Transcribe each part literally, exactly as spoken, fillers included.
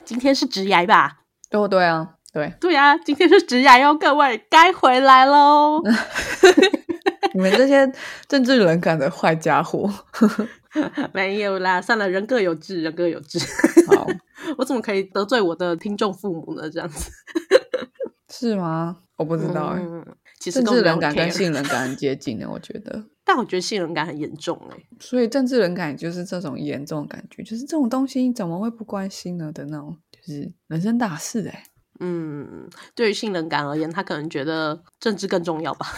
今天是职涯吧？ 哦，对啊，对对啊，今天是职涯哟，各位该回来咯你们这些政治冷感的坏家伙。 没有啦，算了，人各有志，人各有志。 好， 我怎么可以得罪我的听众父母呢？这样子是吗？我不知道哎、 嗯，其实政治冷感跟跟性冷感很接近的，我觉得。 但我觉得性冷感很严重哎、欸， 所以政治冷感就是这种严重的感觉，就是这种东西你怎么会不关心呢的那种，就是人生大事哎、欸。 嗯，对于性冷感而言，他可能觉得政治更重要吧。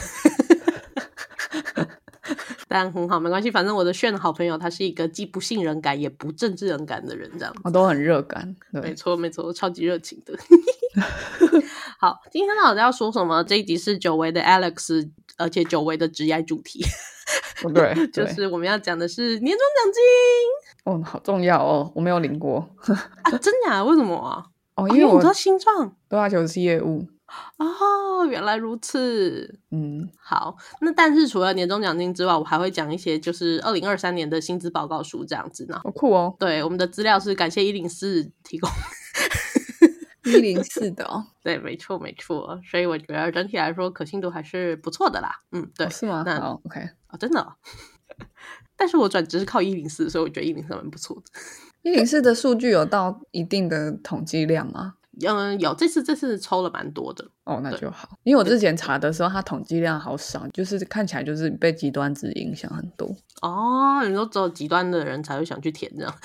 但很好，没关系，反正我的炫好朋友他是一个既不性冷感也不政治冷感的人，这样子。 我都很热感，对， 没错没错，超级热情的。好，今天到底要说什么？这一集是久违的 Alex， 而且久违的职业主题。 哦对， 就是我们要讲的是年终奖金。 哦，好重要哦，我没有领过。 啊，真假？为什么啊？ 哦， 因为我你做新创。 对啊，就是业务。 哦，原来如此。 嗯， 好，那但是除了年终奖金之外，我还会讲一些就是二零二三年的薪资报告书这样子呢。 好酷哦。 对，我们的资料是感谢一零四提供。 一零四的哦。 对，没错没错，所以我觉得整体来说可信度还是不错的啦。嗯，对， 哦、是吗？ 那好 OK。 哦，真的、哦。但是我转职是靠一零四，所以我觉得一零四蛮不错的。 一零四的数据有到一定的统计量吗？ 嗯，有，这次这次抽了蛮多的。 哦，那就好。因为我之前查的时候，它统计量好少，就是看起来就是被极端值影响很多。 哦，你说只有极端的人才会想去填这样。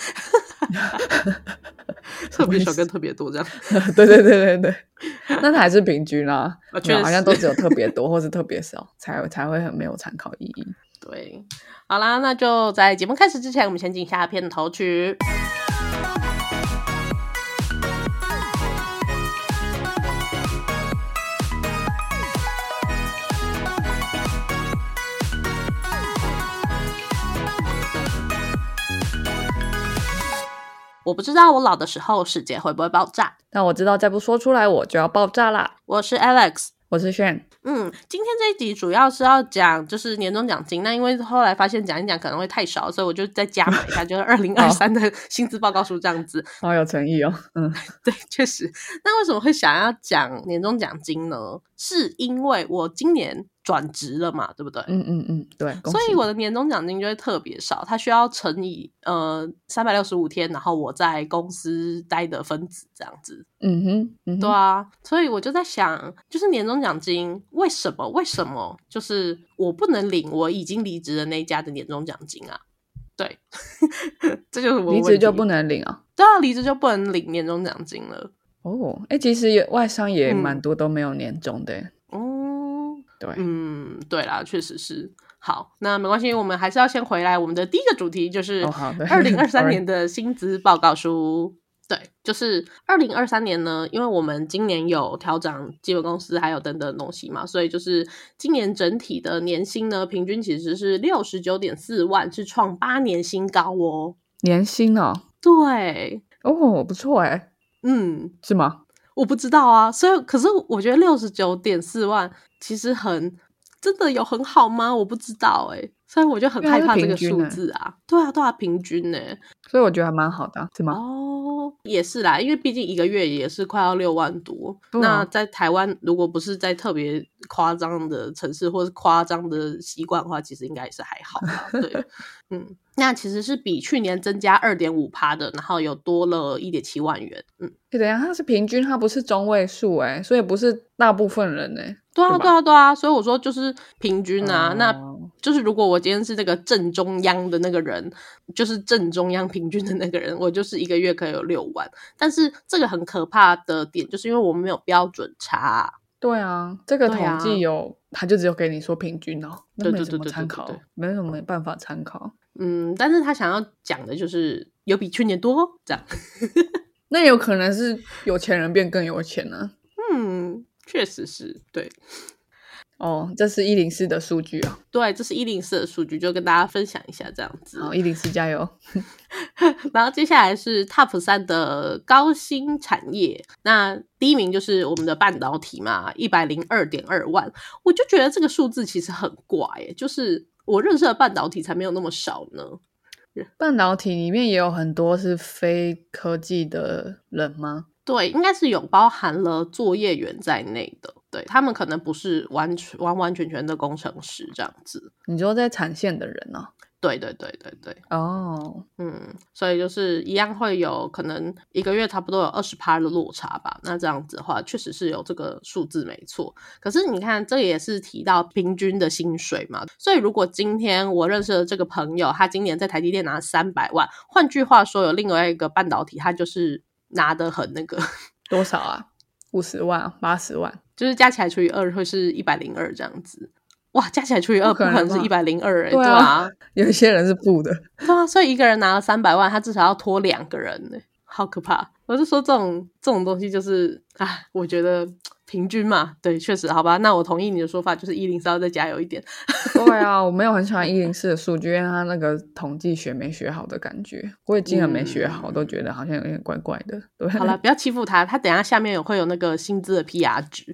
特别少跟特别多这样。 对对对对对，那它还是平均啦、 啊，确实好像都只有特别多或是特别少才才会很没有参考意义。 对，好啦，那就在节目开始之前，我们先进一下片头曲。我不知道我老的时候世界会不会爆炸， 但我知道再不说出来我就要爆炸啦。 我是 Alex， 我是炫。 嗯，今天这一集主要是要讲就是年终奖金，那因为后来发现讲一讲可能会太少，所以我就再加码一下，就是二零二三的薪资报告书这样子。 好有诚意哦。嗯， 对，确实。那为什么会想要讲年终奖金呢？是因为我今年转职了嘛，对不对？ 嗯嗯嗯，对。 所以我的年终奖金就会特别少，它需要乘以呃三百六十五天，然后我在公司待的分子这样子。 嗯哼，嗯哼， 对啊，所以我就在想，就是年终奖金为什么为什么就是我不能领我已经离职的那一家的年终奖金啊？对，这就是我离职就不能领啊？ 对啊，离职就不能领年终奖金了。 哦，哎，其实也外商也蛮多都没有年终的。 嗯， 对， 嗯，对啦，确实是。好，那没关系，我们还是要先回来我们的第一个主题，就是二零二三年的薪资报告书。对，就是二零二三年呢，因为我们今年有调涨基本工资还有等等的东西嘛，所以就是今年整体的年薪呢，平均其实是 六十九点四万，是创八年新高哦。 年薪哦？ 对。 哦，不错哎。 嗯， 是吗？ 我不知道啊，所以可是我觉得 六十九点四万其实很真的有很好吗？我不知道欸，所以我就很害怕这个数字啊。对啊对啊，平均欸， 所以我觉得还蛮好的啊，是吗？ 哦，也是啦，因为毕竟一个月也是快要六万多， 嗯， 那在台湾如果不是在特别夸张的城市或是夸张的习惯的话，其实应该也是还好啦。对，嗯，那其实是比去年增加 二点五趴 的，然后有多了 一点七万元。嗯， 欸，等一下，它是平均，它不是中位数欸，所以不是大部分人欸。 对啊对啊对啊，所以我说就是平均啊， 哦， 那就是如果我今天是这个正中央的那个人，就是正中央平均的那个人，我就是一个月可以有六万。但是这个很可怕的点就是因为我们没有标准差啊。 对啊，这个统计有，他就只有给你说平均哦，那没什么参考，没什么办法参考。 嗯，但是他想要讲的就是有比去年多这样。 那有可能是有钱人变更有钱呢。 嗯，确实是，对。 哦，这是一零四的数据啊。 对，这是一零四的数据，就跟大家分享一下这样子。 好，一零四加油。 然后接下来是 Top 三的高薪产业，那第一名就是我们的半导体嘛， 一百零二点二万。我就觉得这个数字其实很怪耶，就是我认识的半导体才没有那么少呢。 半导体里面也有很多是非科技的人吗？ 对，应该是有包含了作业员在内的，对，他们可能不是完全完完全全的工程师这样子。 你说在产线的人啊？ 对对对对对。 哦， 嗯，所以就是一样会有可能一个月差不多有 百分之二十 的落差吧，那这样子的话确实是有这个数字没错。可是你看这也是提到平均的薪水嘛，所以如果今天我认识的这个朋友他今年在台积电拿三百万，换句话说有另外一个半导体他就是拿得很那个多少啊？五十万八十万， 就是加起来除以二会是一百零二这样子。哇，加起来除以二不可能是一百零二哎，对啊，对啊有一些人是负的， 对啊，所以一个人拿了三百万，他至少要拖两个人呢，好可怕！我就说这种这种东西就是，哎，我觉得平均嘛，对，确实，好吧，那我同意你的说法，就是一零四要再加油一点。 对啊，我没有很喜欢一零四的数据，因为他那个统计学没学好的感觉，我也竟然没学好，嗯、都觉得好像有点怪怪的。对， 好了，不要欺负他，他等一下下面有会有那个薪资的 P R 值。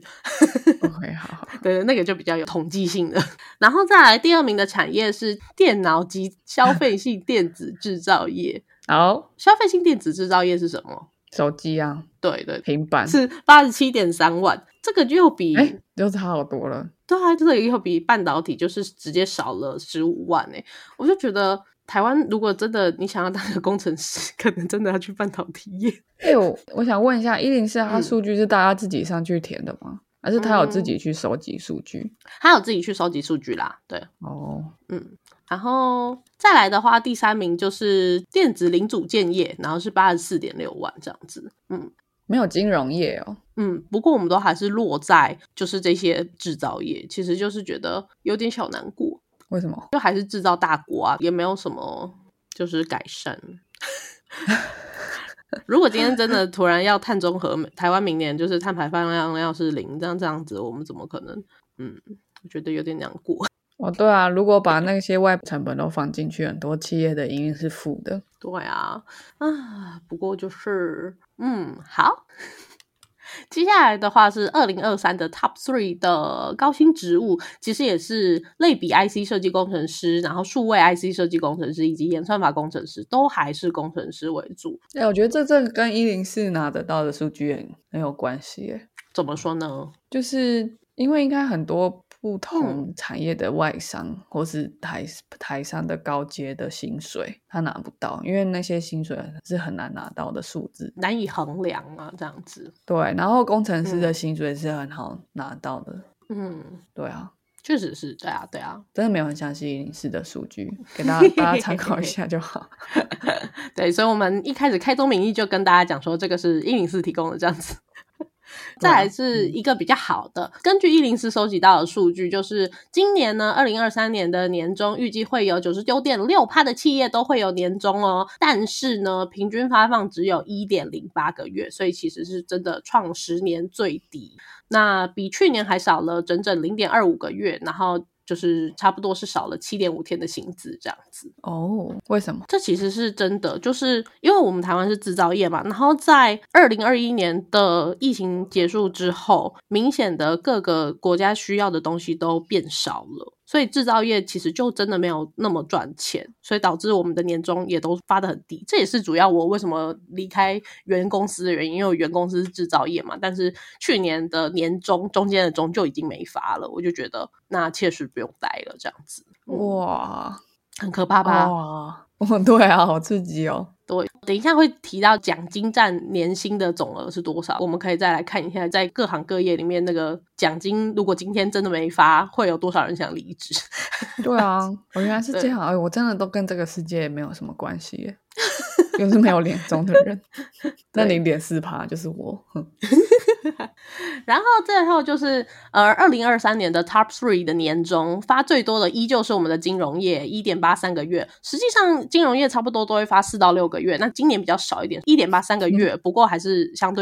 OK， 好好， 对，那个就比较有统计性的。然后再来第二名的产业是电脑及消费性电子制造业。 好， 消费性电子制造业是什么？ 手机啊， 对对， 平板是 八十七点三万，这个又比哎，又差好多了。 对啊，这个又比半导体就是直接少了十五万哎、欸，我就觉得台湾如果真的你想要当个工程师，可能真的要去半导体业。 哎、欸，我我想问一下，一零四它数据是大家自己上去填的吗？嗯、还是他有自己去收集数据？ 他有自己去收集数据啦，对， 哦， 嗯。然后再来的话，第三名就是电子零组件业，然后是 八十四点六万这样子。嗯， 没有金融业哦。 嗯，不过我们都还是落在就是这些制造业，其实就是觉得有点小难过。 为什么？ 就还是制造大国啊，也没有什么就是改善。如果今天真的突然要碳中和，台湾明年就是碳排放量要是零，这样这样子，我们怎么可能？嗯，我觉得有点难过。 哦，对啊，如果把那些外部成本都放进去，很多企业的营运是负的。 对啊，啊，不过就是嗯，好。接下来的话是二零二三的 Top 三的高薪职务，其实也是类比 I C 设计工程师，然后数位 I C 设计工程师以及演算法工程师都还是工程师为主。 哎、欸，我觉得这这跟一零四拿得到的数据很很有关系耶。 怎么说呢？ 就是因为应该很多不同产业的外商、嗯、或是台台商的高阶的薪水他拿不到，因为那些薪水是很难拿到的数字， 难以衡量啊，这样子。 对，然后工程师的薪水是很好拿到的。嗯，对啊， 确实是，对啊对啊， 真的没有很详细一零四的数据给大家大家参考一下就好。 对，所以我们一开始开宗明义就跟大家讲说这个是一零四提供的这样子。再来是一个比较好的、嗯、根据一零四收集到的数据，就是今年呢二零二三年的年终预计会有 百分之九十九点六 的企业都会有年终哦，但是呢平均发放只有 一点零八 个月，所以其实是真的创十年最低，那比去年还少了整整 零点二五 个月，然后就是差不多是少了 七点五 天的薪资这样子。 哦，为什么？ 这其实是真的，就是因为我们台湾是制造业嘛，然后在二零二一年的疫情结束之后，明显的各个国家需要的东西都变少了，所以制造业其实就真的没有那么赚钱，所以导致我们的年终也都发得很低。这也是主要我为什么离开原公司的原因，因为我原公司是制造业嘛，但是去年的年终中间的终就已经没发了，我就觉得那确实不用待了这样子。 哇， 很可怕吧？ 哇，哦，对啊，好刺激哦。 对，等一下会提到奖金占年薪的总额是多少，我们可以再来看一下在各行各业里面那个奖金如果今天真的没发会有多少人想离职。 对啊，我原来是这样。哎，我真的都跟这个世界没有什么关系耶。又是没有年终的人。那 零点四 就是我。 然后最后就是呃二零二三年的 Top 三的年终发最多的依旧是我们的金融业 一点八三 个月，实际上金融业差不多都会发四到六个月，那今年比较少一点 一点八三 个月、嗯、不过还是相对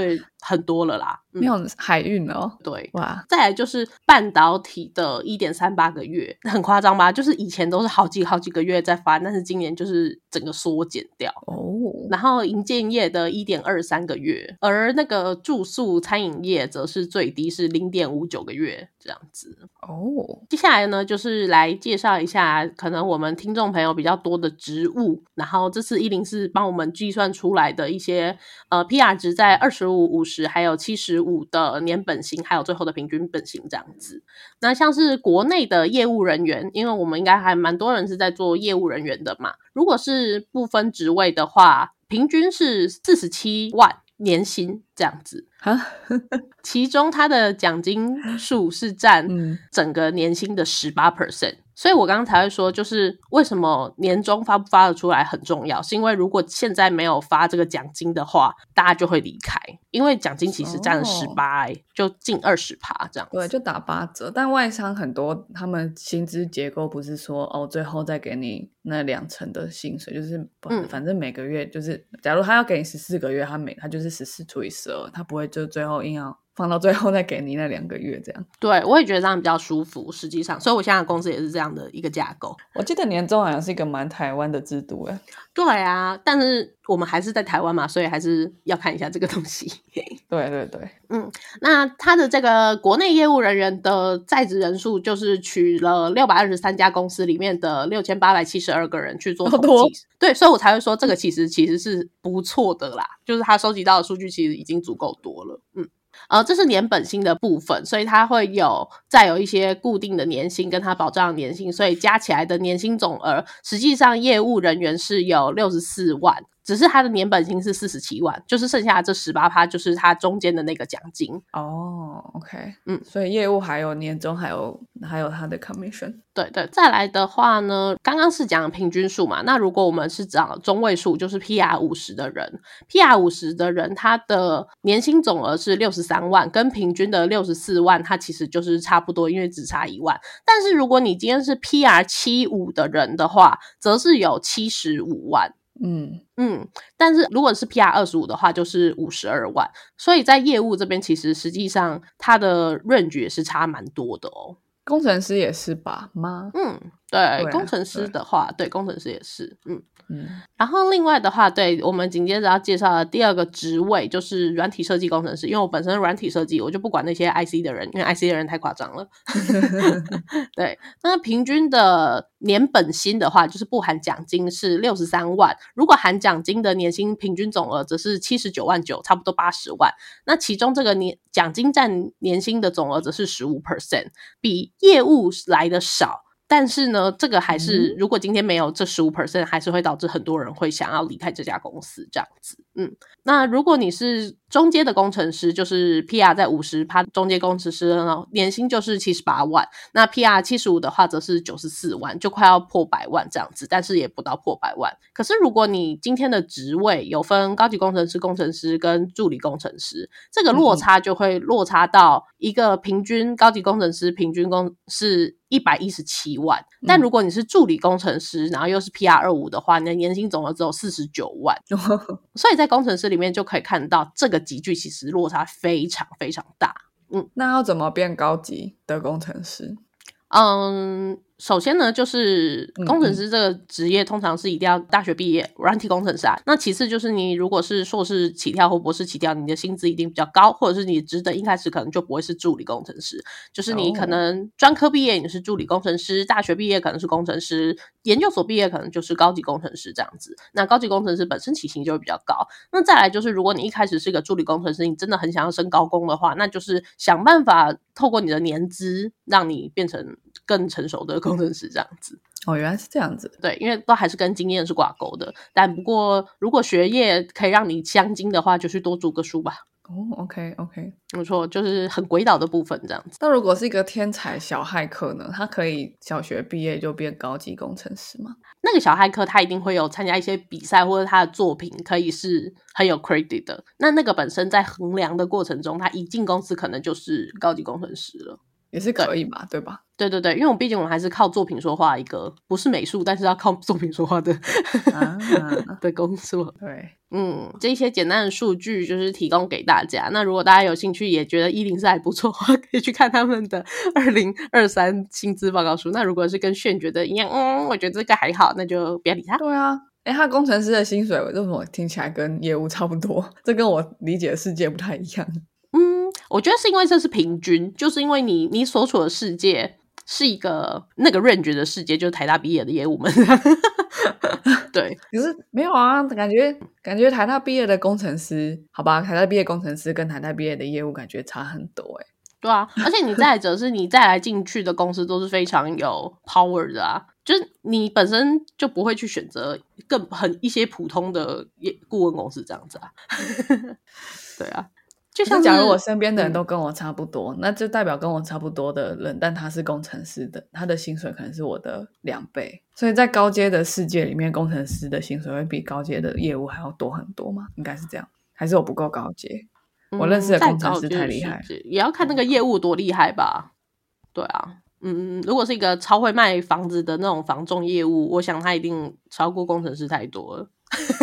很多了啦、 嗯、没有海运哦。 对， 哇， 再来就是半导体的 一点三八 个月，很夸张吧，就是以前都是好几好几个月在发，但是今年就是整个缩减掉哦。 然后营建业的 一点二三 个月，而那个住宿餐饮业则是最低是 零点五九 个月这样子哦。 接下来呢就是来介绍一下可能我们听众朋友比较多的职务，然后这次一零四帮我们计算出来的一些呃 P R 值在二十五、五十还有七十五的年本薪，还有最后的平均本薪这样子。那像是国内的业务人员，因为我们应该还蛮多人是在做业务人员的嘛，如果是不分职位的话，平均是四十七万年薪这样子其中它的奖金数是占整个年薪的 百分之十八， 所以我刚刚才会说就是为什么年终发不发得出来很重要，是因为如果现在没有发这个奖金的话，大家就会离开，因为奖金其实占了十八、欸哦、就近 百分之二十 这样子。 对，就打八折。但外商很多他们薪资结构不是说哦最后再给你那两成的薪水，就是嗯， 反正每个月就是假如他要给你十四个月，他每他就是十四除以十二，他不会就最后硬要放到最后再给你那两个月这样。 对，我也觉得这样比较舒服实际上，所以我现在的公司也是这样的一个架构。 我记得年终好像是一个蛮台湾的制度耶。 对啊，但是我们还是在台湾嘛，所以还是要看一下这个东西对对对， 嗯，那他的这个国内业务人员的在职人数就是取了六百二十三家公司里面的六千八百七十二个人去做统计。对，所以我才会说这个其实其实是不错的啦，就是他收集到的数据其实已经足够多了。嗯。呃，这是年本薪的部分，所以它会有再有一些固定的年薪跟它保障的年薪，所以加起来的年薪总额实际上业务人员是有六十四万，只是他的年本薪是四十七万，就是剩下的这 百分之十八 就是他中间的那个奖金。 哦、oh, OK， 嗯， 所以业务还有年终还有还有他的 commission。 对对，再来的话呢，刚刚是讲平均数嘛，那如果我们是讲中位数，就是 P R 五十 的人 P R 五十 的人他的年薪总额是六十三万，跟平均的六十四万它其实就是差不多，因为只差一万。但是如果你今天是 P R 七十五 的人的话，则是有七十五万。 嗯嗯，但是如果是 P R 二十五 的话就是五十二万，所以在业务这边其实实际上它的 range 也是差蛮多的哦。 工程师也是吧吗？ 嗯，对，对啊，工程师的话 对, 对工程师也是嗯嗯， 然后另外的话，对，我们紧接着要介绍的第二个职位就是软体设计工程师，因为我本身软体设计我就不管那些 I C 的人，因为 I C 的人太夸张了对，那平均的年本薪的话就是不含奖金是六十三万，如果含奖金的年薪平均总额则是七十九万九，差不多八十万，那其中这个年奖金占年薪的总额则是 百分之十五， 比业务来的少，但是呢这个还是、嗯、如果今天没有这 百分之十五 还是会导致很多人会想要离开这家公司这样子。嗯，那如果你是中阶的工程师，就是 P R 在 百分之五十 中阶工程师呢，年薪就是七十八万，那 P R 七十五 的话则是九十四万，就快要破百万这样子，但是也不到破百万。可是如果你今天的职位有分高级工程师、工程师跟助理工程师，这个落差就会落差到一个平均高级工程师平均工是一百一十七万，但如果你是助理工程师然后又是 P R 二十五 的话，你的年薪总额只有四十九万所以在工程师里面就可以看到这个集聚其实落差非常非常大。嗯， 那要怎么变高级的工程师？ 嗯，首先呢就是工程师这个职业通常是一定要大学毕业，软体工程师啊。那其次就是你如果是硕士起跳或博士起跳，你的薪资一定比较高，或者是你职等一开始可能就不会是助理工程师，就是你可能专科毕业你是助理工程师，大学毕业可能是工程师，研究所毕业可能就是高级工程师这样子。那高级工程师本身起薪就会比较高。那再来就是如果你一开始是一个助理工程师，你真的很想要升高工的话，那就是想办法透过你的年资让你变成更成熟的工程师这样子。 哦，原来是这样子。 对，因为都还是跟经验是挂钩的，但不过如果学业可以让你镶金的话，就去多读个书吧。 哦 OK OK， 没错，就是很鬼岛的部分这样子。 那如果是一个天才小骇客呢，他可以小学毕业就变高级工程师吗？ 那个小骇客他一定会有参加一些比赛，或者他的作品可以是很有 credit 的，那那个本身在衡量的过程中，他一进公司可能就是高级工程师了。 也是可以嘛， 对, 对吧？ 对对对，因为我毕竟我们还是靠作品说话一个，不是美术，但是要靠作品说话的啊的工作。 对， 嗯，这一些简单的数据就是提供给大家。那如果大家有兴趣，也觉得一零四还不错的话，可以去看他们的二零二三薪资报告书。那如果是跟炫觉得一样，嗯，我觉得这个还好，那就不要理他。 对啊，诶，他工程师的薪水为什么听起来跟业务差不多？这跟我理解的世界不太一样。 嗯，我觉得是因为这是平均，就是因为你你所处的世界是一个那个 range 的世界，就是台大毕业的业务们。对， 可是没有啊，感觉感觉台大毕业的工程师，好吧，台大毕业工程师跟台大毕业的业务感觉差很多诶。 对啊，而且你再者是你再来进去的公司都是非常有 power 的啊，就是你本身就不会去选择更很一些普通的顾问公司这样子啊。对啊，就像是假如我身边的人都跟我差不多、嗯、那就代表跟我差不多的人，但他是工程师的，他的薪水可能是我的两倍，所以在高阶的世界里面，工程师的薪水会比高阶的业务还要多很多吗？应该是这样，还是我不够高阶？我认识的工程师太厉害、 嗯、也要看那个业务多厉害吧。对啊，嗯，如果是一个超会卖房子的那种房仲业务，我想他一定超过工程师太多了。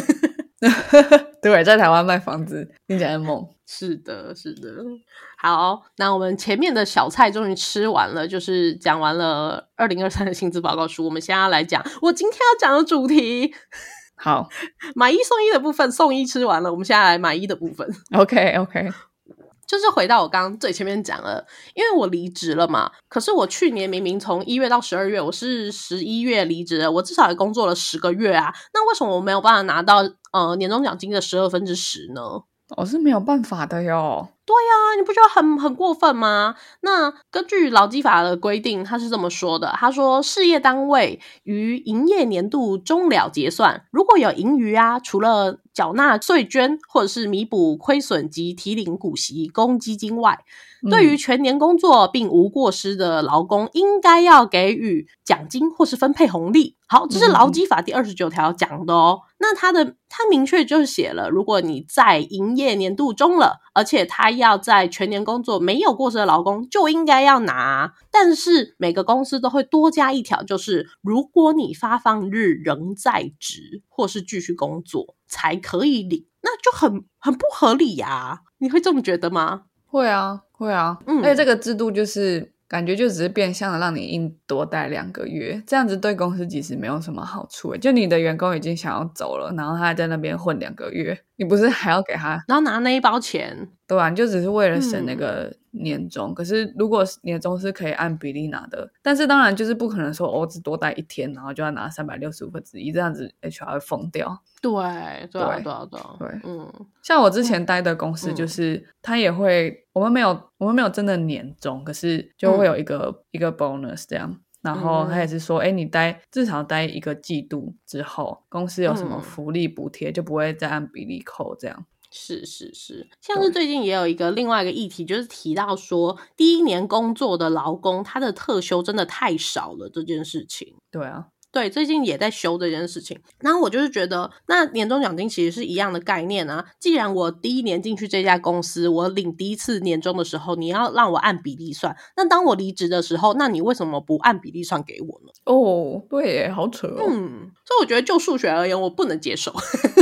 对，在台湾卖房子听起来很猛。 是的是的。好，那我们前面的小菜终于吃完了，就是讲完了二零二三的薪资报告书，我们现在要来讲我今天要讲的主题。 好， 买一送一的部分，送一吃完了，我们现在来买一的部分。 OK OK， 就是回到我刚刚最前面讲了，因为我离职了嘛，可是我去年明明从一月到十二月，我是十一月离职了，我至少也工作了十个月啊，那为什么我没有办法拿到呃年终奖金的十二分之十呢？ 我、哦、是没有办法的哟。 对啊，你不觉得很很过分吗？那根据劳基法的规定，他是这么说的，他说事业单位于营业年度终了结算，如果有盈余啊，除了缴纳税捐或者是弥补亏损及提领股息公积金外，对于全年工作并无过失的劳工，应该要给予奖金或是分配红利。好，这是劳基法第二十九条讲的哦。那他的他明确就是写了，如果你在营业年度中了，而且他要在全年工作没有过失的劳工，就应该要拿。但是每个公司都会多加一条，就是如果你发放日仍在职或是继续工作才可以领，那就很很不合理呀、啊。你会这么觉得吗？ 会啊会啊，嗯，而且这个制度就是感觉就只是变相的让你硬多待两个月，这样子对公司其实没有什么好处。就你的员工已经想要走了，然后他还在那边混两个月，你不是还要给他然后拿那一包钱？ 对啊，你就只是为了省那个年终、嗯、可是如果年终是可以按比例拿的，但是当然就是不可能说我、哦、只多待一天然后就要拿三百六十五分之一，这样子 H R 会疯掉。 对对啊对啊对啊， 对， 嗯， 像我之前待的公司就是、嗯、他也会，我们没有我们没有真的年终，可是就会有一个、嗯、一个 bonus 这样，然后他也是说哎、嗯，你待至少待一个季度之后，公司有什么福利补贴、嗯、就不会再按比例扣这样。 是是是，像是最近也有一个另外一个议题，就是提到说第一年工作的劳工他的特休真的太少了这件事情。 对啊， 对，最近也在修这件事情。然后我就是觉得那年终奖金其实是一样的概念啊，既然我第一年进去这家公司，我领第一次年终的时候你要让我按比例算，那当我离职的时候，那你为什么不按比例算给我呢？ 哦，对耶，好扯哦。 嗯，所以我觉得就数学而言我不能接受。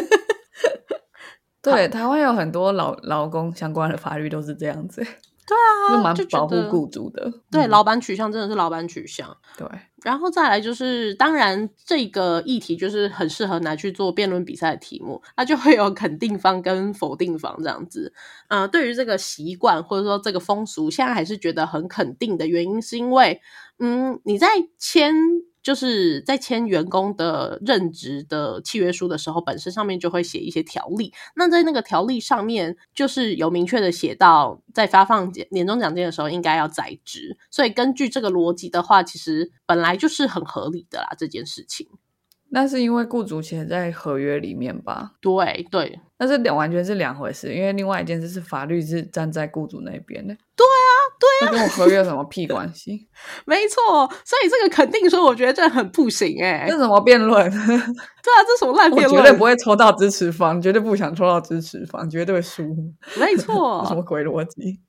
对，台湾有很多劳劳工相关的法律都是这样子。 对啊， 就蛮保护雇主的。 对、 嗯， 老板取向真的是老板取向。 对， 然后再来就是当然这个议题就是很适合拿去做辩论比赛的题目，它就会有肯定方跟否定方这样子。呃，对于这个习惯或者说这个风俗现在还是觉得很肯定的原因是因为嗯，你在签就是在签员工的任职的契约书的时候，本身上面就会写一些条例，那在那个条例上面就是有明确的写到在发放年终奖金的时候应该要在职，所以根据这个逻辑的话其实本来就是很合理的啦这件事情。 那是因为雇主写在合约里面吧？ 对对， 但是完全是两回事，因为另外一件事是法律是站在雇主那边的。 对啊对啊， 那跟我合约有什么屁关系？ 没错，所以这个肯定说我觉得这很不行耶、欸、 这什么辩论？对啊，这什么烂辩论？ 我绝对不会抽到支持方，绝对不想抽到支持方，绝对会输。 没错。 什么鬼逻辑？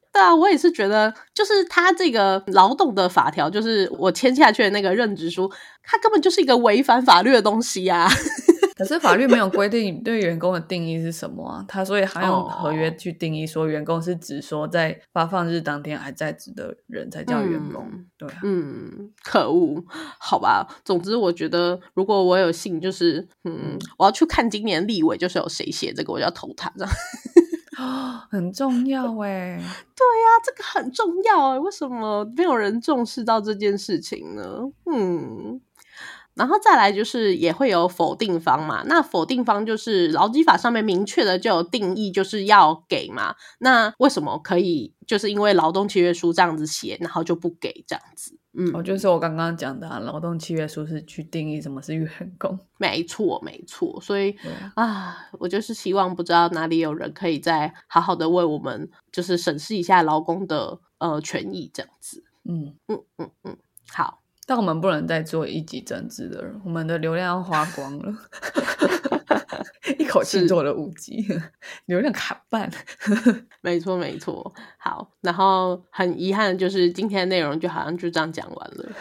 对啊，我也是觉得就是他这个劳动的法条，就是我签下去的那个任职书，它根本就是一个违反法律的东西啊。 可是法律没有规定对员工的定义是什么啊？他所以他用合约去定义说员工是指说在发放日当天还在职的人才叫员工、嗯、对啊， 嗯，可恶，好吧，总之我觉得如果我有幸就是嗯，我要去看今年立委就是有谁写这个，我就要投他这样。 哦，很重要耶。对呀、啊，这个很重要耶，为什么没有人重视到这件事情呢？嗯，然后再来就是也会有否定方嘛，那否定方就是劳基法上面明确的就有定义，就是要给嘛，那为什么可以就是因为劳动契约书这样子写，然后就不给这样子？ 嗯，我就是我刚刚讲的、啊、劳动契约书是去定义什么是员工， 没错没错，所以啊, 啊，我就是希望不知道哪里有人可以再好好的为我们就是审视一下劳工的呃权益这样子。嗯嗯嗯嗯，好， 但我们不能再做一级政治的人，我们的流量要花光了。一口气做了五集，流量卡半。 没错没错，好，然后很遗憾的就是今天的内容就好像就这样讲完了。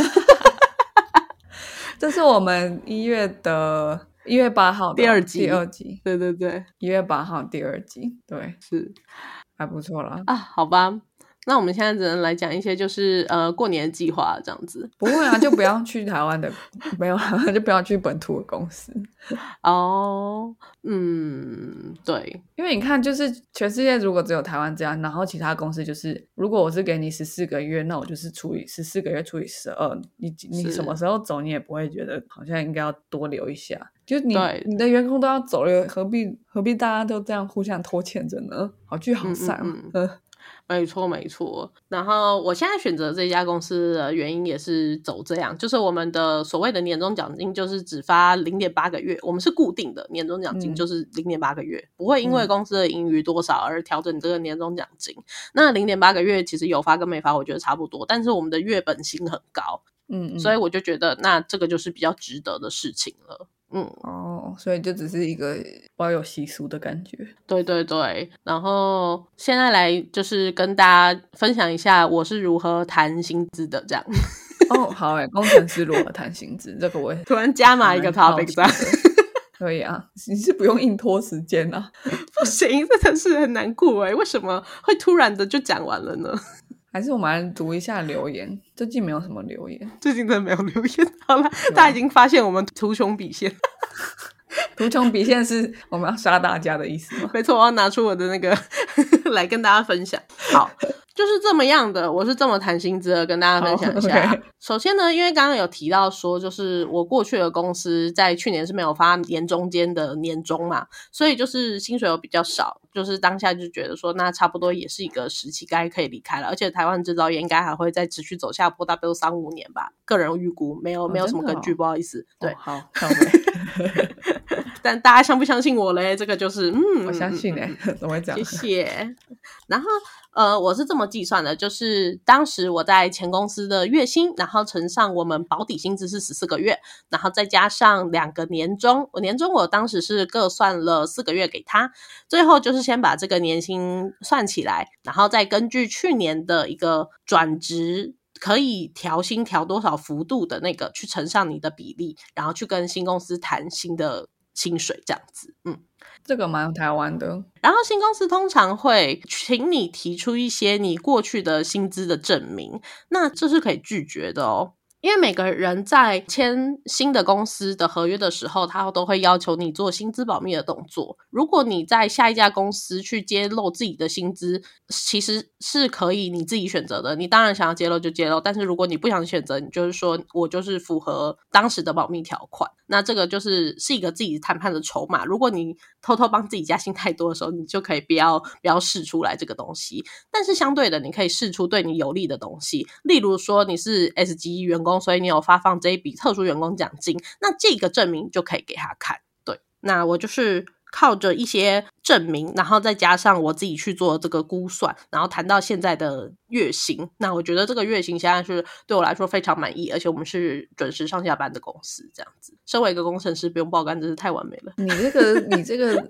这是我们一月的一月八号的第二集， 第二集， 对对对， 一月八号第二集，对， 是还不错啦。 啊，好吧。那我们现在只能来讲一些就是呃过年的计划这样子。 不会啊，就不要去台湾的，没有就不要去本土的公司。 哦，嗯，对， 因为你看，就是全世界如果只有台湾这样，然后其他公司就是，如果我是给你十四个月，那我就是除以十四个月除以十二，你你什么时候走，你也不会觉得好像应该要多留一下。就你你的员工都要走了，何必何必大家都这样互相拖欠着呢？好聚好散。嗯嗯嗯没错没错，然后我现在选择这家公司的原因也是走这样，就是我们的所谓的年终奖金就是只发 零点八个月，我们是固定的年终奖金就是 零点八个月、嗯、不会因为公司的盈余多少而调整这个年终奖金、嗯、那 零点八个月其实有发跟没发我觉得差不多，但是我们的月本薪很高，嗯, 嗯，所以我就觉得那这个就是比较值得的事情了。嗯， 哦，所以就只是一个保有习俗的感觉。 对对对，然后现在来就是跟大家分享一下我是如何谈薪资的这样。 哦，好耶，工程师如何谈薪资，这个我也突然加码一个 topic 这样。 可以啊，你是不用硬拖时间啊。 不行，真的是很难过耶，为什么会突然的就讲完了呢？ 还是我们来读一下留言，最近没有什么留言， 最近真的没有留言。好了，大家已经发现我们图穷匕见。 图穷匕见是我们要杀大家的意思吗？ 没错，我要拿出我的那个来跟大家分享。好，就是这么样的，我是这么谈薪资的，跟大家分享一下。Oh, okay. 首先呢，因为刚刚有提到说，就是我过去的公司在去年是没有发年中间的年终嘛，所以就是薪水又比较少，就是当下就觉得说，那差不多也是一个时期该可以离开了。而且台湾制造业应该还会再持续走下坡，大概有三五年吧，个人预估，没有、哦、没有什么根据、哦、不好意思。对， 哦、好， 但大家相不相信我嘞？这个就是嗯， 我相信嘞、欸，怎么会这样？ 谢谢。然后呃，我是这么计算的，就是当时我在前公司的月薪，然后乘上我们保底薪资是十四个月，然后再加上两个年终，我年终我当时是各算了四个月给他，最后就是先把这个年薪算起来，然后再根据去年的一个转职可以调薪调多少幅度的那个去乘上你的比例，然后去跟新公司谈新的薪水这样子。嗯， 这个蛮台湾的。 然后新公司通常会请你提出一些你过去的薪资的证明，那这是可以拒绝的哦。因为每个人在签新的公司的合约的时候，他都会要求你做薪资保密的动作。如果你在下一家公司去揭露自己的薪资，其实是可以你自己选择的，你当然想要揭露就揭露，但是如果你不想选择，你就是说我就是符合当时的保密条款，那这个就是是一个自己谈判的筹码。如果你偷偷帮自己加薪太多的时候，你就可以不要不要释出来这个东西，但是相对的你可以释出对你有利的东西，例如说你是 S 级员工，所以你有发放这一笔特殊员工奖金，那这个证明就可以给他看。对，那我就是靠着一些证明，然后再加上我自己去做这个估算，然后谈到现在的月薪，那我觉得这个月薪现在是对我来说非常满意，而且我们是准时上下班的公司这样子。身为一个工程师不用爆肝真是太完美了。 你这个你这个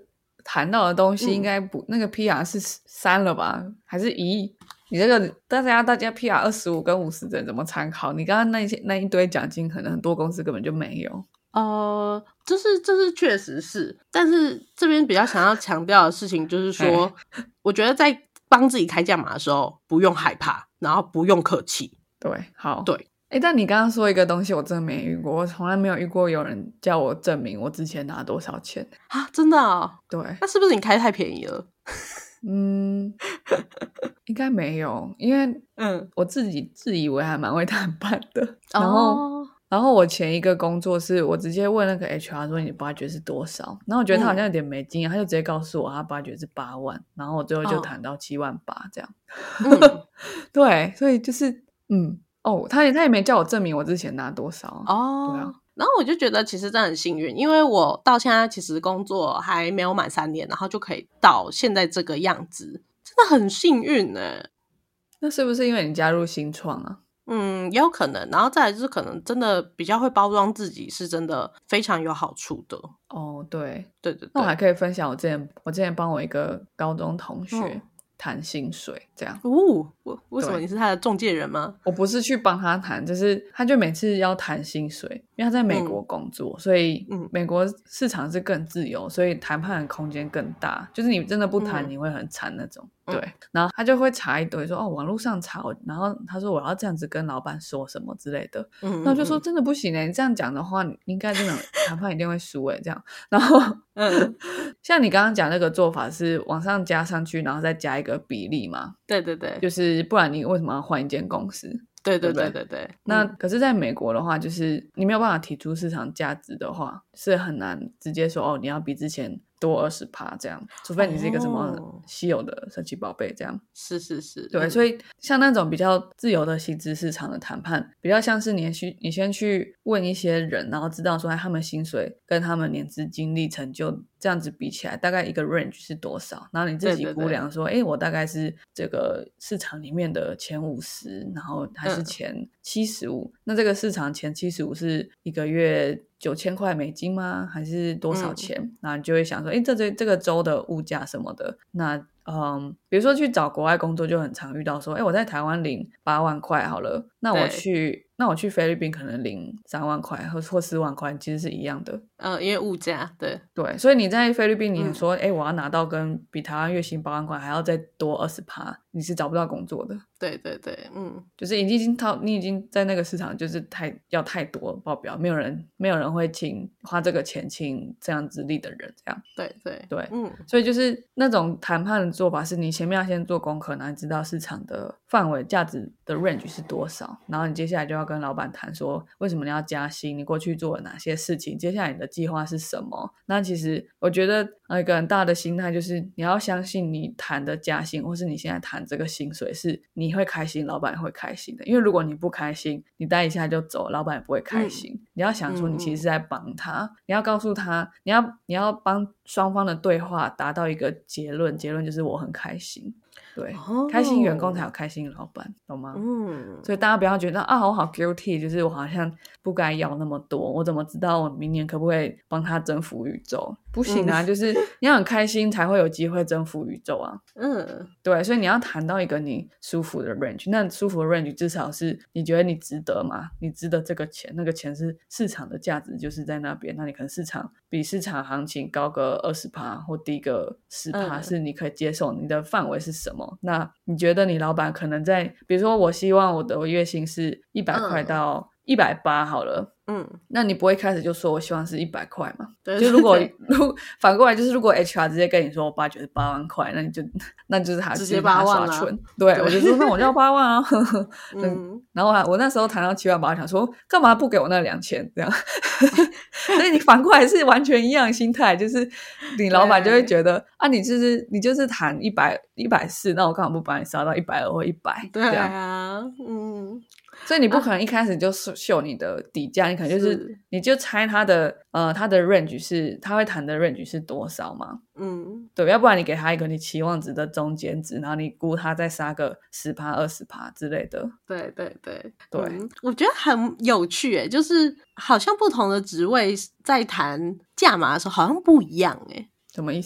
谈到的东西应该不、嗯、那个 P R 是三了吧，还是一？你这个大家大家 P R 二十五跟五十的人怎么参考？你刚刚那些那一堆奖金，可能很多公司根本就没有。 呃，这是这是确实是，但是这边比较想要强调的事情就是说，我觉得在帮自己开价码的时候，不用害怕，然后不用客气。 对，好， 对。 哎，但你刚刚说一个东西，我真的没遇过，我从来没有遇过有人叫我证明我之前拿多少钱啊！真的哦？ 对， 那是不是你开太便宜了？ 嗯，应该没有，因为嗯，我自己自以为还蛮会谈判的，然后、哦、然后我前一个工作是我直接问那个 H R 说你 budget 是多少，然后我觉得他好像有点没经验、嗯、他就直接告诉我他 budget 是八万，然后我最后就谈到七万八这样、哦嗯、对，所以就是嗯哦，他也他也没叫我证明我之前拿多少哦，对啊。 然后我就觉得其实真的很幸运，因为我到现在其实工作还没有满三年，然后就可以到现在这个样子，真的很幸运耶。 那是不是因为你加入新创啊？ 嗯，也有可能。然后再来就是可能真的比较会包装自己，是真的非常有好处的。 哦，对对对对。 那我还可以分享我之前我之前帮我一个高中同学、嗯谈薪水这样哦，为什么你是他的中介人吗？ 我不是去帮他谈，就是他就每次要谈薪水，因为他在美国工作、嗯、所以美国市场是更自由，所以谈判的空间更大，就是你真的不谈、嗯、你会很惨那种、嗯、对，然后他就会查一堆说哦网络上查，然后他说我要这样子跟老板说什么之类的，嗯，那我就说真的不行耶，你这样讲的话你应该真的谈判一定会输耶这样，然后嗯，像你刚刚讲那个做法是往上加上去然后再加一个比例嘛， 对对对， 就是不然你为什么要换一间公司， 对对对对 对, 对， 那、嗯、可是在美国的话就是你没有办法提出市场价值的话是很难直接说哦你要比之前多 百分之二十 这样，除非你是一个什么稀有的神奇宝贝这样、哦、 是是是， 对、嗯、所以像那种比较自由的薪资市场的谈判比较像是你去你先去问一些人，然后知道说他们薪水跟他们年资经历成就这样子比起来大概一个 range 是多少，然后你自己估量说哎，我大概是这个市场里面的前五十然后还是前七十五、嗯、那这个市场前七十五是一个月九千块美金吗？还是多少钱？嗯、那你就会想说，诶，这这这个州的物价什么的，那嗯，比如说去找国外工作就很常遇到说，诶，我在台湾领八万块好了，那我去那我去菲律宾可能领三万块或或四万块，其实是一样的。 呃，因为物价，对对，所以你在菲律宾，你说，哎、嗯，我要拿到跟比台湾月薪八万块还要再多二十趴，你是找不到工作的。 对对对，嗯， 就是已经套，你已经在那个市场就是太要太多报表，没有人没有人会请花这个钱请这样资历的人，这样。 对对对，嗯，所以就是那种谈判的做法是，你前面要先做功课，然后你知道市场的范围、价值的 range 是多少，然后你接下来就要跟老板谈说，为什么你要加薪，你过去做了哪些事情，接下来你的计划是什么。那其实我觉得一个很大的心态就是你要相信你谈的加薪或是你现在谈这个薪水是你会开心，老板也会开心的。因为如果你不开心，你待一下就走，老板也不会开心、嗯、你要想说你其实是在帮他、嗯、你要告诉他，你要你要帮双方的对话达到一个结论，结论就是我很开心。对、哦、开心员工才有开心老板，懂吗？嗯，所以大家不要觉得啊我好 guilty， 就是我好像不该要那么多，我怎么知道我明年可不可以帮他征服宇宙？不行啊、嗯、就是你要很开心才会有机会征服宇宙啊。嗯，对，所以你要谈到一个你舒服的 range， 那舒服的 range 至少是你觉得你值得嘛，你值得这个钱，那个钱是市场的价值就是在那边，那你可能市场比市场行情高个 百分之二十 或低个 百分之十、嗯、是你可以接受，你的范围是什么？那你觉得你老板可能在比如说我希望我的月薪是一百块到一百八好了，嗯，那你不会开始就说我希望是一百块嘛？对，就如果如反过来就是如果 H R 直接跟你说我八九十八万块，那你就那就是他直接八万了，对，我就说那我就要八万啊。嗯，然后我那时候谈到七万八，想说干嘛不给我那两千这样？所以你反过来是完全一样的心态，就是你老板就会觉得啊，你就是你就是谈一百一百四，那我干嘛不把你杀到一百二或一百？ 对啊，嗯。 所以你不可能一开始就秀你的底价、啊、你可能就是你就猜他的呃他的 range 是他会谈的 range 是多少嘛，嗯，对，要不然你给他一个你期望值的中间值，然后你估他再杀个 百分之十 百分之二十 之类的。 对对对对、 嗯、我觉得很有趣耶，就是好像不同的职位在谈价码的时候好像不一样耶。 什么意思？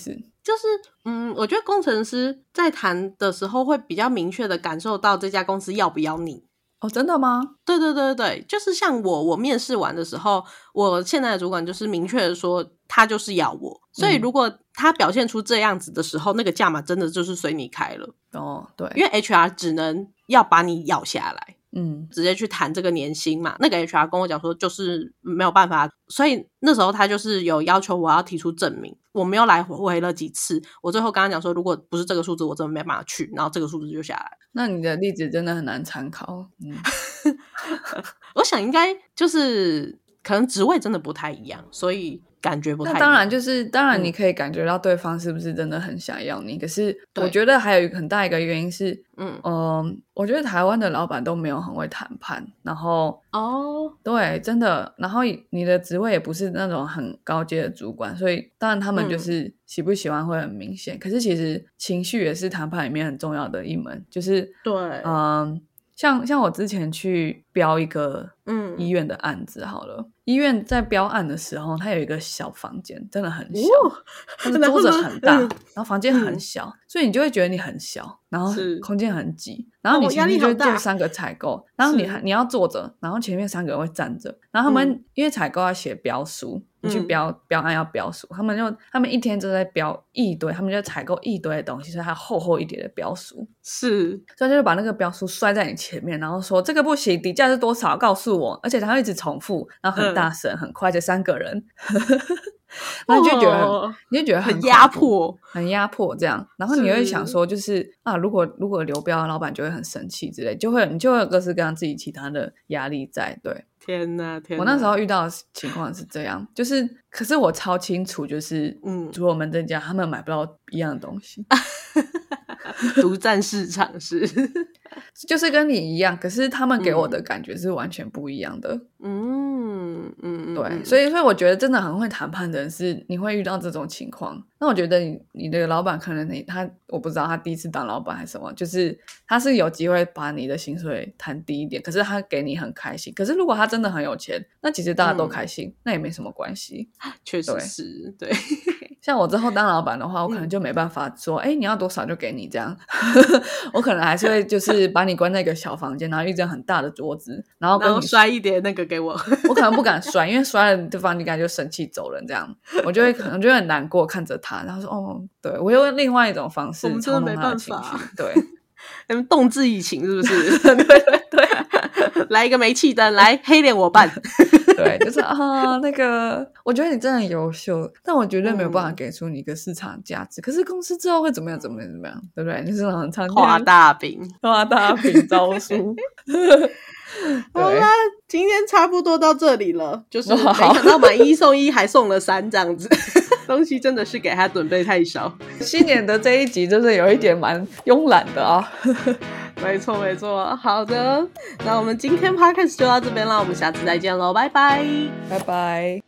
就是嗯，我觉得工程师在谈的时候会比较明确的感受到这家公司要不要你。 哦，真的吗？ 对对对对，就是像我我面试完的时候，我现在的主管就是明确的说他就是要我，所以如果他表现出这样子的时候，那个价码真的就是随你开了。 哦，对， 因为 H R 只能要把你咬下来， 嗯， 直接去谈这个年薪嘛。那个 H R 跟我讲说就是没有办法，所以那时候他就是有要求我要提出证明，我没有来回了几次，我最后跟他讲说如果不是这个数字我真的没办法去，然后这个数字就下来。 那你的例子真的很难参考。嗯， 我想应该就是可能职位真的不太一样，所以感觉不太一样。 那当然就是当然你可以感觉到对方是不是真的很想要你、嗯、可是我觉得还有一个很大一个原因是嗯、呃、我觉得台湾的老板都没有很会谈判，然后哦， 对，真的，然后你的职位也不是那种很高阶的主管，所以当然他们就是喜不喜欢会很明显、嗯、可是其实情绪也是谈判里面很重要的一门，就是对嗯、呃像像我之前去标一个医院的案子好了、嗯、医院在标案的时候它有一个小房间真的很小、哦、它的桌子很大、嗯、然后房间很小、嗯、所以你就会觉得你很小，然后空间很挤，然后你前面就做三个采购、哦、然后你你要坐着，然后前面三个人会站着，然后他们、嗯、因为采购要写标书，你去标、嗯、标案要标书，他们就他们一天就在标一堆，他们就采购一堆的东西，所以它厚厚一叠的标书， 是， 所以就把那个标书摔在你前面，然后说这个不行，底价是多少告诉我，而且他会一直重复，然后很大声、嗯、很快，就三个人然后你就觉得很、哦、你就觉得 很, 很压迫很压迫这样，然后你会想说就是啊，如果如果流标老板就会很生气之类，就会你就会有各式各样自己其他的压力在。对， 天哪天哪， 我那时候遇到的情况是这样，就是可是我超清楚就是嗯，除了我们这家他们买不到一样的东西独占市场是就是跟你一样，可是他们给我的感觉是完全不一样的。 嗯嗯， 对，嗯、所以所以我觉得真的很会谈判的人是你会遇到这种情况。那我觉得你你的老板可能你他我不知道他第一次当老板还是什么，就是他是有机会把你的薪水谈低一点，可是他给你很开心。可是如果他真的很有钱，那其实大家都开心、嗯、那也没什么关系。 确实是， 对, 对像我之后当老板的话，我可能就没办法说哎、嗯，你要多少就给你这样我可能还是会就是把你关在一个小房间，然后一张很大的桌子，然后跟你然后摔一点那个给我我可能不敢摔，因为摔了对方应该就生气走人这样，我就会可能就会很难过看着他，然后说哦，对，我用另外一种方式操弄他的情绪。对你们动之以情是不是对对对来一个煤气灯，来黑脸我办对，就是啊，那个我觉得你真的很优秀，但我绝对没有办法给出你一个市场价值、嗯、可是公司之后会怎么样怎么样怎么样，对不对？就是很常见画大饼画大饼招数好啦，今天差不多到这里了，就是没想到买一送一还送了三这样子东西真的是给他准备太少。 新年的这一集就是有一点蛮慵懒的啊没错没错。好的，那我们今天 podcast 就到这边了，我们下次再见咯，拜拜拜拜。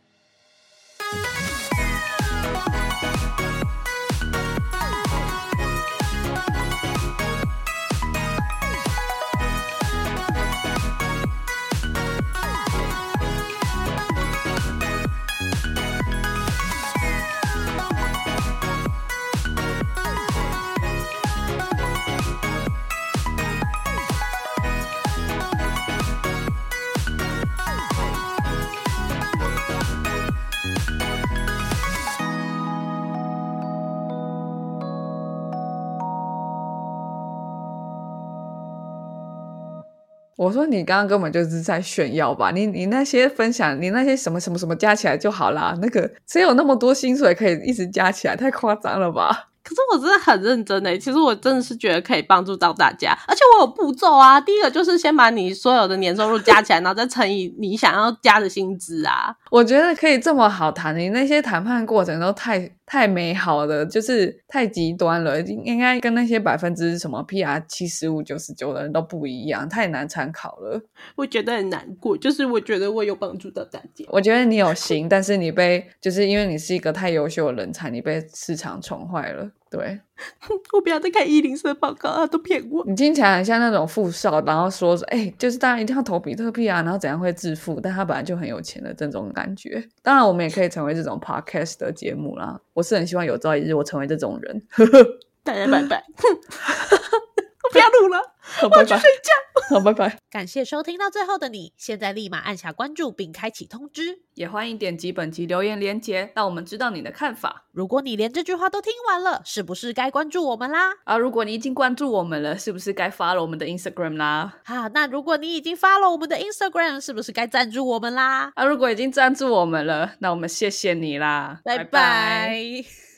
我说你刚刚根本就是在炫耀吧，你你那些分享你那些什么什么什么加起来就好啦，那个谁有那么多薪水可以一直加起来，太夸张了吧。 可是我真的很认真耶，其实我真的是觉得可以帮助到大家，而且我有步骤啊。第一个就是先把你所有的年收入加起来，然后再乘以你想要加的薪资啊。 我觉得可以这么好谈，你那些谈判过程都太太美好了，就是太极端了，应该跟那些百分之什么 P R 七十五 九十九 的人都不一样，太难参考了。 我觉得很难过，就是我觉得我有帮助到大家。 我觉得你有心但是你被就是因为你是一个太优秀的人才，你被市场宠坏了。 对， 我不要再看一零四报告啊，都骗我。 你听起来很像那种富少，然后说哎、欸，就是大家一定要投比特币啊，然后怎样会致富，但他本来就很有钱的这种感觉。当然我们也可以成为这种 podcast 的节目啦，我是很希望有朝一日我成为这种人。 大家拜拜。我不要录了，我要去睡觉。 好，拜拜。 感谢收听到最后的你，现在立马按下关注并开启通知， 也欢迎点击本集留言连结，让我们知道你的看法。 如果你连这句话都听完了，是不是该关注我们啦？ 啊，如果你已经关注我们了，是不是该 follow 我们的 Instagram 啦？ 啊，那如果你已经 follow 我们的 Instagram， 是不是该赞助我们啦？ 啊，如果已经赞助我们了，那我们谢谢你啦， 拜拜。